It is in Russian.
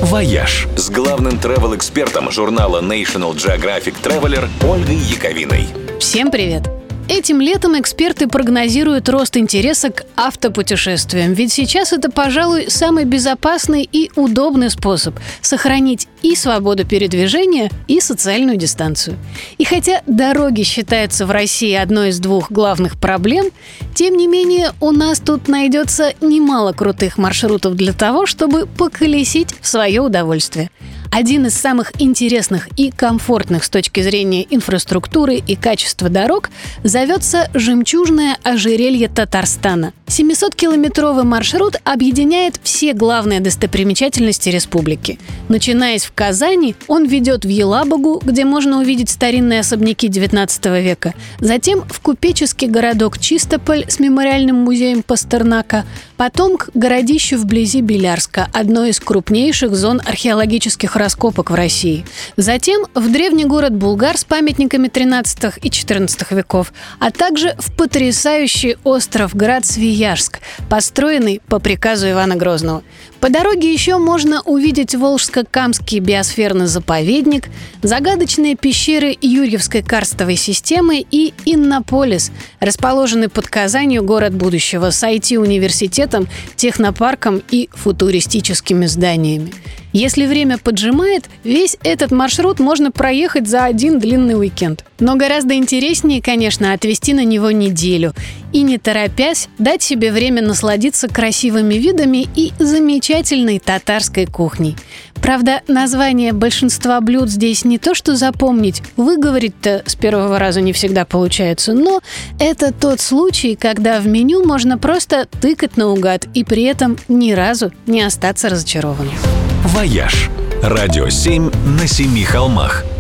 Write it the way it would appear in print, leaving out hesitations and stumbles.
«Вояж» с главным travel-экспертом журнала National Geographic Traveler Ольгой Яковиной. Всем привет! Этим летом эксперты прогнозируют рост интереса к автопутешествиям, ведь сейчас это, пожалуй, самый безопасный и удобный способ сохранить и свободу передвижения, и социальную дистанцию. И хотя дороги считаются в России одной из двух главных проблем, тем не менее у нас тут найдется немало крутых маршрутов для того, чтобы поколесить в свое удовольствие. Один из самых интересных и комфортных с точки зрения инфраструктуры и качества дорог зовется «Жемчужное ожерелье Татарстана». 700-километровый маршрут объединяет все главные достопримечательности республики. Начиная в Казани, он ведет в Елабугу, где можно увидеть старинные особняки XIX века, затем в купеческий городок Чистополь с мемориальным музеем Пастернака, потом к городищу вблизи Белярска, одной из крупнейших зон археологических раскопок в России. Затем в древний город Булгар с памятниками XIII и XIV веков, а также в потрясающий остров-град Свияжск, построенный по приказу Ивана Грозного. По дороге еще можно увидеть Волжско-Камский биосферный заповедник, загадочные пещеры Юрьевской карстовой системы и Иннополис, расположенный под Казанью город будущего с IT-университетом, технопарком и футуристическими зданиями. Если время поджимает, весь этот маршрут можно проехать за один длинный уикенд. Но гораздо интереснее, конечно, отвести на него неделю и, не торопясь, дать себе время насладиться красивыми видами и замечательной татарской кухней. Правда, название большинства блюд здесь не то что запомнить, выговорить-то с первого раза не всегда получается, но это тот случай, когда в меню можно просто тыкать наугад и при этом ни разу не остаться разочарованным. «Вояж» – радио 7 на 7 холмах.